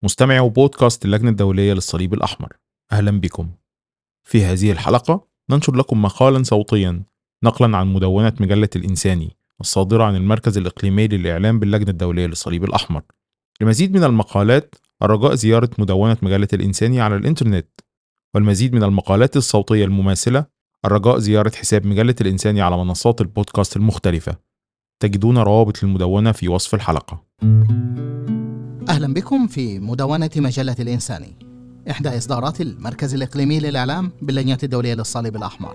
مستمعي بودكاست اللجنة الدولية للصليب الأحمر، أهلا بكم. في هذه الحلقة ننشر لكم مقالا صوتيا نقلا عن مدونة مجلة الإنساني الصادرة عن المركز الإقليمي للإعلام باللجنة الدولية للصليب الأحمر. لمزيد من المقالات الرجاء زيارة مدونة مجلة الإنساني على الإنترنت، والمزيد من المقالات الصوتية المماثلة الرجاء زيارة حساب مجلة الإنساني على منصات البودكاست المختلفة. تجدون روابط المدونة في وصف الحلقة. أهلا بكم في مدونة مجلة الإنساني، إحدى إصدارات المركز الإقليمي للإعلام باللجنة الدولية للصليب الأحمر.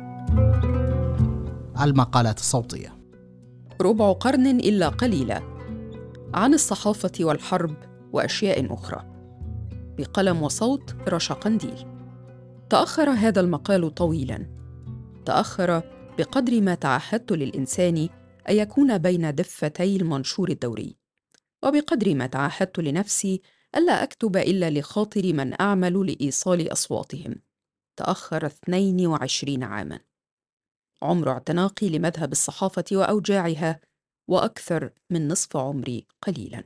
المقالات الصوتية. ربع قرن إلا قليلا، عن الصحافة والحرب وأشياء أخرى، بقلم وصوت رشا قنديل. تأخر هذا المقال طويلاً، تأخر بقدر ما تعهدت للإنسان أن يكون بين دفتي المنشور الدوري، وبقدر ما تعهدت لنفسي ألا أكتب إلا لخاطر من أعمل لإيصال أصواتهم. تأخر 22 عاماً، عمر اعتناقي لمذهب الصحافة وأوجاعها، وأكثر من نصف عمري قليلاً.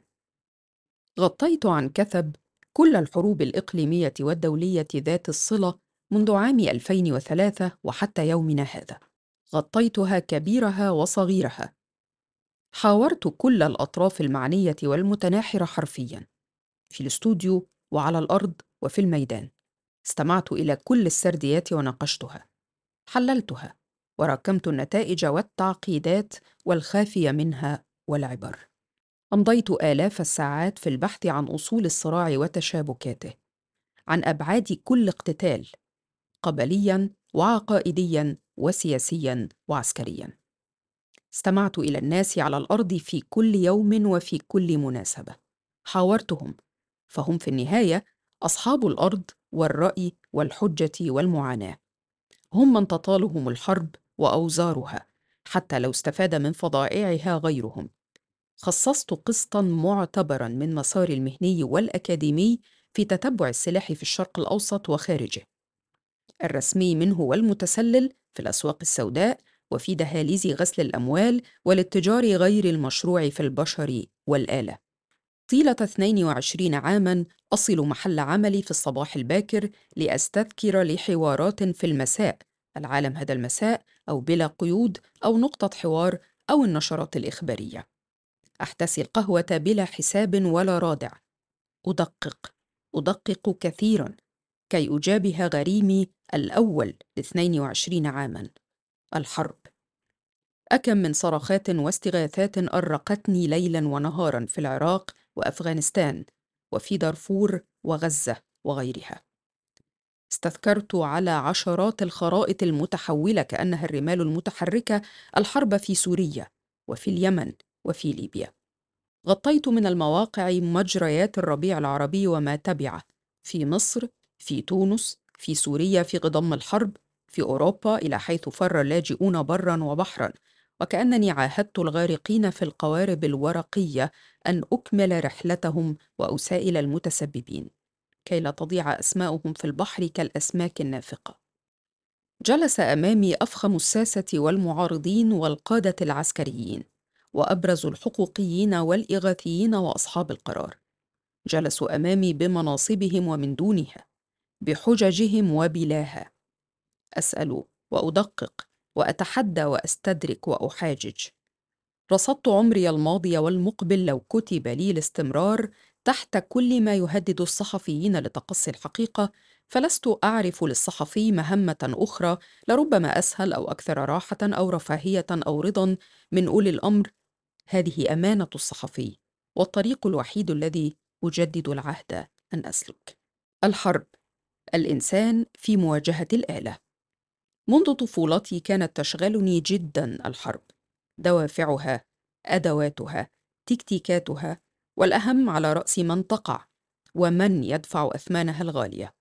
غطيت عن كثب كل الحروب الإقليمية والدولية ذات الصلة منذ عام 2003 وحتى يومنا هذا. غطيتها كبيرها وصغيرها، حاورت كل الأطراف المعنية والمتناحرة حرفياً، في الاستوديو وعلى الأرض وفي الميدان. استمعت إلى كل السرديات وناقشتها، حللتها، وراكمت النتائج والتعقيدات والخافي منها والعبر. أمضيت آلاف الساعات في البحث عن أصول الصراع وتشابكاته، عن أبعاد كل اقتتال، قبلياً وعقائدياً وسياسياً وعسكرياً. استمعت إلى الناس على الأرض في كل يوم وفي كل مناسبة، حاورتهم، فهم في النهاية أصحاب الأرض والرأي والحجة والمعاناة. هم من تطالهم الحرب وأوزارها، حتى لو استفاد من فضائعها غيرهم. خصصت قسطاً معتبراً من مساري المهني والأكاديمي في تتبع السلاح في الشرق الأوسط وخارجه، الرسمي منه والمتسلل في الأسواق السوداء وفي دهاليز غسل الأموال والاتجار غير المشروع في البشر والآلة. طيلة 22 عاماً أصل محل عملي في الصباح الباكر لأستذكر لحوارات في المساء، العالم هذا المساء، أو بلا قيود، أو نقطة حوار، أو النشرات الإخبارية. أحتسي القهوة بلا حساب ولا رادع، أدقق كثيراً كي أجابه غريمي الأول ل22 عاماً: الحرب. أكم من صرخات واستغاثات أرقتني ليلاً ونهاراً في العراق وأفغانستان وفي دارفور وغزة وغيرها. استذكرت على عشرات الخرائط المتحولة كأنها الرمال المتحركة الحرب في سوريا وفي اليمن وفي ليبيا. غطيت من المواقع مجريات الربيع العربي وما تبعه، في مصر، في تونس، في سوريا في غضم الحرب، في أوروبا إلى حيث فر اللاجئون برا وبحرا، وكأنني عاهدت الغارقين في القوارب الورقية أن أكمل رحلتهم وأسائل المتسببين كي لا تضيع أسماؤهم في البحر كالأسماك النافقة. جلس أمامي أفخم الساسة والمعارضين والقادة العسكريين وأبرز الحقوقيين والإغاثيين وأصحاب القرار. جلسوا أمامي بمناصبهم ومن دونها، بحججهم وبلاها. أسأل وأدقق وأتحدى وأستدرك وأحاجج. رصدت عمري الماضي والمقبل لو كتب لي الاستمرار تحت كل ما يهدد الصحفيين لتقصي الحقيقة، فلست أعرف للصحفي مهمة أخرى لربما أسهل أو أكثر راحة أو رفاهية أو رضا من أولي الأمر. هذه أمانة الصحفي، والطريق الوحيد الذي أجدد العهد أن أسلك. الحرب، الإنسان في مواجهة الآلة. منذ طفولتي كانت تشغلني جدا الحرب، دوافعها، أدواتها، تكتيكاتها، والأهم على رأس من تقع ومن يدفع أثمانها الغالية.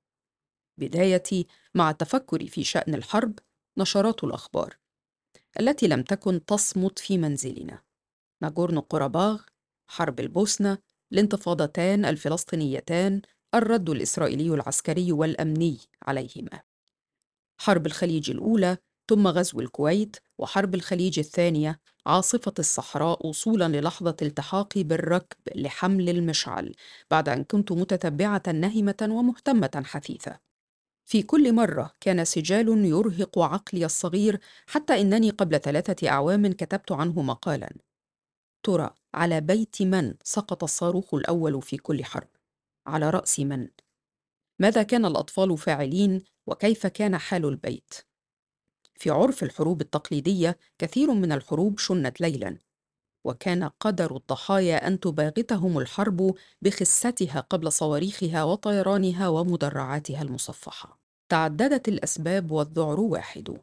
بدايتي مع التفكر في شأن الحرب نشرات الأخبار التي لم تكن تصمت في منزلنا: ناغورنو قرباغ، حرب البوسنة، الانتفاضتان الفلسطينيتان، الرد الإسرائيلي العسكري والأمني عليهما، حرب الخليج الأولى، ثم غزو الكويت، وحرب الخليج الثانية، عاصفة الصحراء وصولا للحظة التحاقي بالركب لحمل المشعل بعد أن كنت متتبعة نهمة ومهتمة حثيثة. في كل مرة كان سجال يرهق عقلي الصغير، حتى إنني قبل 3 أعوام كتبت عنه مقالا: ترى على بيت من سقط الصاروخ الأول في كل حرب؟ على رأس من؟ ماذا كان الأطفال فاعلين؟ وكيف كان حال البيت؟ في عرف الحروب التقليدية كثير من الحروب شنت ليلا، وكان قدر الضحايا أن تباغتهم الحرب بخستها قبل صواريخها وطيرانها ومدرعاتها المصفحة. تعددت الأسباب والذعر واحد.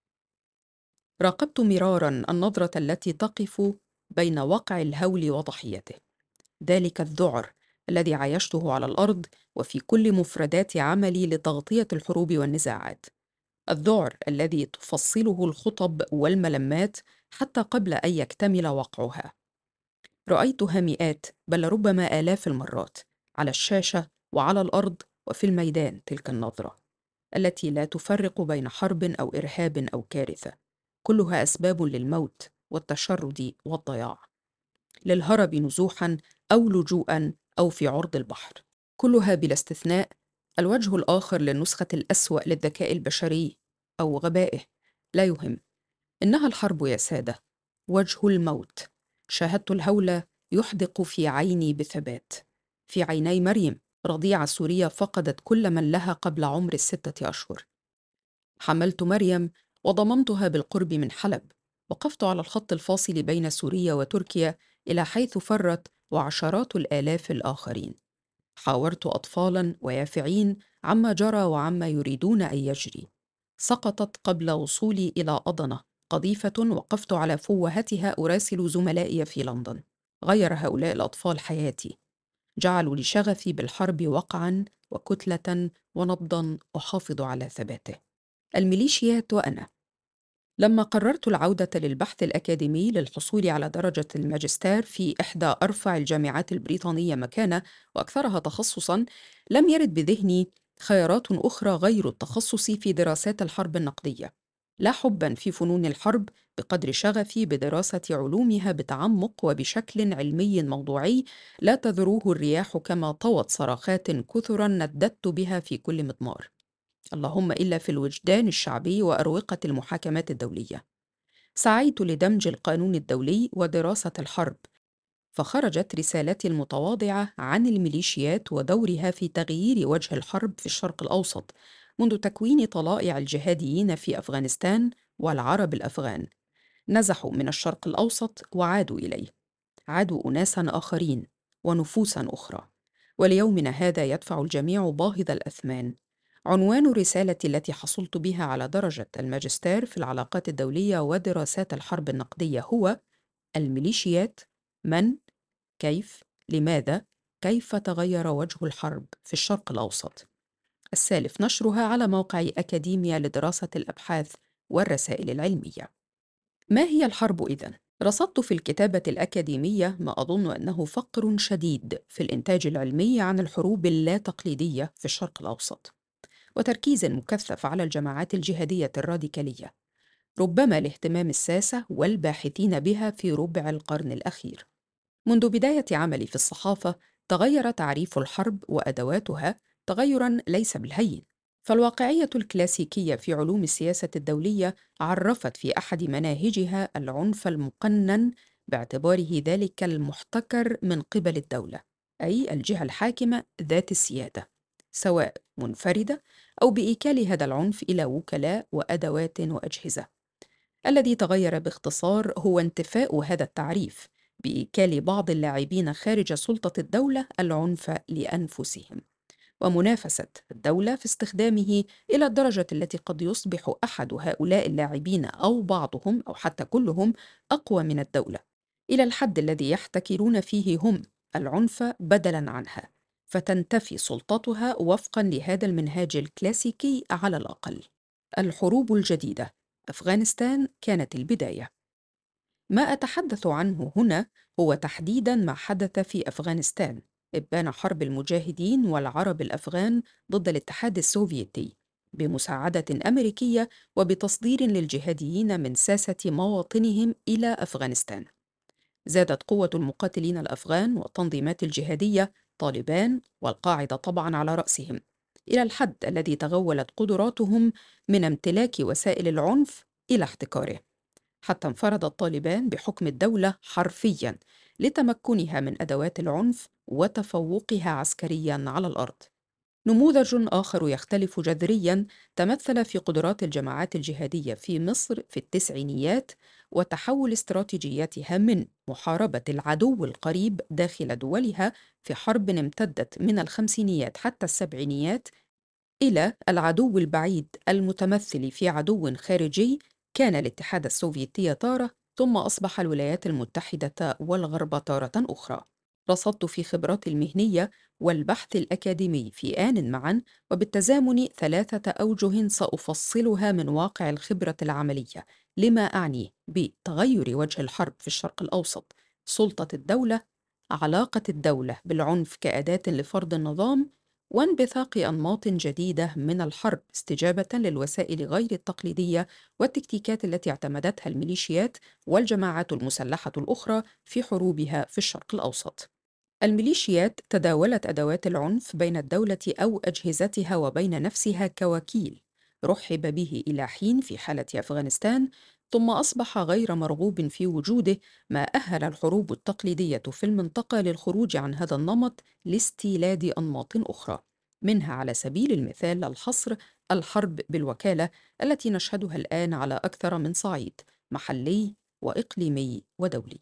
راقبت مرارا النظرة التي تقف بين وقع الهول وضحيته، ذلك الذعر الذي عايشته على الأرض وفي كل مفردات عملي لتغطية الحروب والنزاعات، الذعر الذي تفصله الخطب والملمات حتى قبل أن يكتمل وقعها. رأيتها مئات بل ربما آلاف المرات، على الشاشة وعلى الأرض وفي الميدان. تلك النظرة التي لا تفرق بين حرب أو إرهاب أو كارثة، كلها أسباب للموت والتشرد والضياع، للهرب نزوحا أو لجوءا أو في عرض البحر، كلها بلا استثناء الوجه الآخر للنسخة الأسوأ للذكاء البشري أو غبائه. لا يهم، إنها الحرب يا سادة، وجه الموت. شاهدت الهول يحدق في عيني بثبات، في عيني مريم رضيعة سورية فقدت كل من لها قبل عمر ال6 أشهر. حملت مريم وضممتها بالقرب من حلب، وقفت على الخط الفاصل بين سوريا وتركيا إلى حيث فرت وعشرات الآلاف الآخرين. حاورت أطفالاً ويافعين عما جرى وعما يريدون أن يجري. سقطت قبل وصولي إلى أضنة قذيفة وقفت على فوهتها أراسل زملائي في لندن. غير هؤلاء الأطفال حياتي، جعلوا لشغفي بالحرب وقعاً وكتلة ونبضاً أحافظ على ثباته. الميليشيات وأنا. لما قررت العودة للبحث الأكاديمي للحصول على درجة الماجستير في إحدى أرفع الجامعات البريطانية مكانة وأكثرها تخصصاً، لم يرد بذهني خيارات أخرى غير التخصص في دراسات الحرب النقدية. لا حباً في فنون الحرب بقدر شغفي بدراسة علومها بتعمق وبشكل علمي موضوعي لا تذروه الرياح كما طوت صرخات كثراً نددت بها في كل مضمار، اللهم إلا في الوجدان الشعبي وأروقة المحاكمات الدولية. سعيت لدمج القانون الدولي ودراسة الحرب، فخرجت رسالتي المتواضعة عن الميليشيات ودورها في تغيير وجه الحرب في الشرق الأوسط، منذ تكوين طلائع الجهاديين في أفغانستان والعرب الأفغان. نزحوا من الشرق الأوسط وعادوا إليه، عادوا أناسا آخرين ونفوسا أخرى، وليومنا هذا يدفع الجميع باهظ الأثمان. عنوان رسالتي التي حصلت بها على درجة الماجستير في العلاقات الدولية ودراسات الحرب النقدية هو: الميليشيات، من، كيف، لماذا، كيف تغير وجه الحرب في الشرق الأوسط. السالف نشرها على موقع أكاديميا لدراسة الأبحاث والرسائل العلمية. ما هي الحرب إذن؟ رصدت في الكتابة الأكاديمية ما أظن أنه فقر شديد في الإنتاج العلمي عن الحروب اللا تقليدية في الشرق الأوسط، وتركيز مكثف على الجماعات الجهادية الراديكالية، ربما لاهتمام الساسة والباحثين بها في ربع القرن الأخير. منذ بداية عملي في الصحافة تغير تعريف الحرب وأدواتها تغيراً ليس بالهين، فالواقعية الكلاسيكية في علوم السياسة الدولية عرفت في أحد مناهجها العنف المقنن باعتباره ذلك المحتكر من قبل الدولة، أي الجهة الحاكمة ذات السيادة، سواء منفردة أو بإيكال هذا العنف إلى وكلاء وأدوات وأجهزة. الذي تغير باختصار هو انتفاء هذا التعريف بإيكال بعض اللاعبين خارج سلطة الدولة العنف لأنفسهم، ومنافسة الدولة في استخدامه إلى الدرجة التي قد يصبح أحد هؤلاء اللاعبين أو بعضهم أو حتى كلهم أقوى من الدولة، إلى الحد الذي يحتكرون فيه هم العنف بدلاً عنها، فتنتفي سلطتها وفقاً لهذا المنهاج الكلاسيكي على الأقل. الحروب الجديدة، أفغانستان كانت البداية. ما أتحدث عنه هنا هو تحديداً ما حدث في أفغانستان إبان حرب المجاهدين والعرب الأفغان ضد الاتحاد السوفيتي بمساعدة أمريكية وبتصدير للجهاديين من ساسة مواطنهم إلى أفغانستان. زادت قوة المقاتلين الأفغان والتنظيمات الجهادية طالبان والقاعدة طبعا على رأسهم، إلى الحد الذي تغولت قدراتهم من امتلاك وسائل العنف إلى احتكاره، حتى انفرد طالبان بحكم الدولة حرفياً لتمكنها من أدوات العنف وتفوقها عسكرياً على الأرض. نموذج آخر يختلف جذرياً تمثل في قدرات الجماعات الجهادية في مصر في التسعينيات وتحول استراتيجياتها من محاربة العدو القريب داخل دولها في حرب امتدت من الخمسينيات حتى السبعينيات إلى العدو البعيد المتمثل في عدو خارجي كان الاتحاد السوفيتي تارة، ثم أصبح الولايات المتحدة والغرب تارة أخرى. رصدت في خبراتي المهنية والبحث الأكاديمي في آن معا وبالتزامن 3 أوجه سأفصلها من واقع الخبرة العملية لما أعني بتغير وجه الحرب في الشرق الأوسط، سلطة الدولة، علاقة الدولة بالعنف كأداة لفرض النظام، وانبثاق أنماط جديدة من الحرب استجابة للوسائل غير التقليدية والتكتيكات التي اعتمدتها الميليشيات والجماعات المسلحة الأخرى في حروبها في الشرق الأوسط. الميليشيات تداولت أدوات العنف بين الدولة أو أجهزتها وبين نفسها كوكيل رحب به إلى حين في حالة أفغانستان، ثم أصبح غير مرغوب في وجوده، ما أهل الحروب التقليدية في المنطقة للخروج عن هذا النمط لاستيلاد أنماط أخرى، منها على سبيل المثال الحصر الحرب بالوكالة التي نشهدها الآن على أكثر من صعيد محلي وإقليمي ودولي.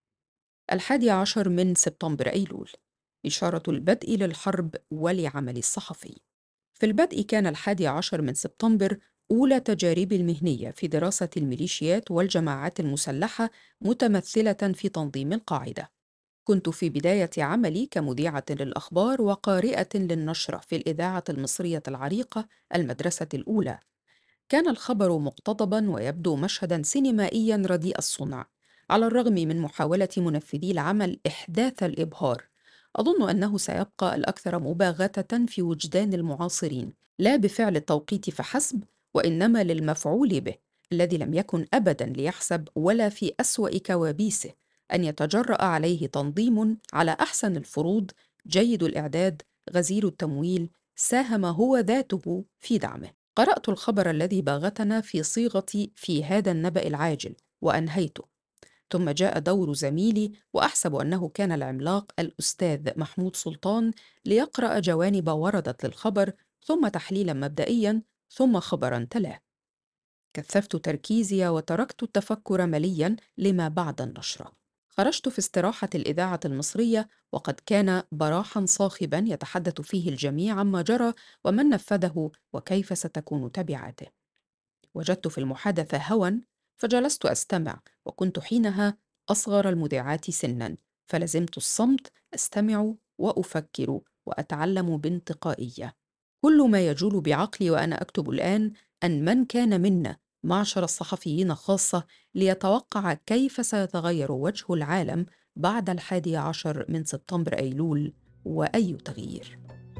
11 من سبتمبر أيلول، إشارة البدء للحرب ولعمل الصحفي. في البدء كان 11 من سبتمبر أولى تجاربي المهنية في دراسة الميليشيات والجماعات المسلحة متمثلة في تنظيم القاعدة. كنت في بداية عملي كمذيعة للأخبار وقارئة للنشرة في الإذاعة المصرية العريقة المدرسة الأولى. كان الخبر مقتضباً ويبدو مشهداً سينمائياً رديء الصنع، على الرغم من محاولة منفذي العمل إحداث الإبهار. أظن أنه سيبقى الأكثر مباغتة في وجدان المعاصرين، لا بفعل التوقيت فحسب، وإنما للمفعول به الذي لم يكن أبداً ليحسب ولا في أسوأ كوابيسه أن يتجرأ عليه تنظيم على أحسن الفروض، جيد الإعداد، غزير التمويل، ساهم هو ذاته في دعمه. قرأت الخبر الذي باغتنا في صيغة في هذا النبأ العاجل وأنهيته، ثم جاء دور زميلي وأحسب أنه كان العملاق الأستاذ محمود سلطان ليقرأ جوانب وردت للخبر، ثم تحليلا مبدئيا، ثم خبرا تلاه. كثفت تركيزي وتركت التفكر مليا لما بعد النشرة. خرجت في استراحة الإذاعة المصرية وقد كان براحا صاخبا يتحدث فيه الجميع عما جرى ومن نفذه وكيف ستكون تبعاته. وجدت في المحادثة هوى فجلست أستمع، وكنت حينها أصغر المذيعات سنا، فلزمت الصمت أستمع وأفكر وأتعلم بانتقائية. كل ما يجول بعقلي وأنا أكتب الآن أن من كان منا معشر الصحفيين خاصة ليتوقع كيف سيتغير وجه العالم بعد 11 من سبتمبر أيلول وأي تغيير.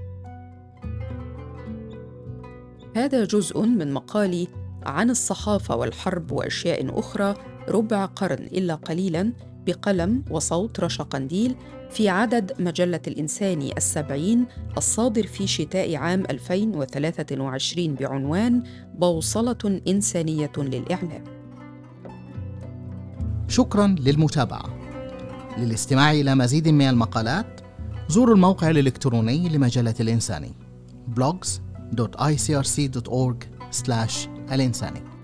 هذا جزء من مقالي عن الصحافة والحرب وأشياء أخرى، ربع قرن إلا قليلاً، بقلم وصوت رشا قنديل، في عدد مجلة الإنساني 70 الصادر في شتاء عام 2023 بعنوان بوصلة إنسانية للإعلام. شكراً للمتابعة. للاستماع إلى مزيد من المقالات زوروا الموقع الإلكتروني لمجلة الإنساني blogs.icrc.org/الإنساني.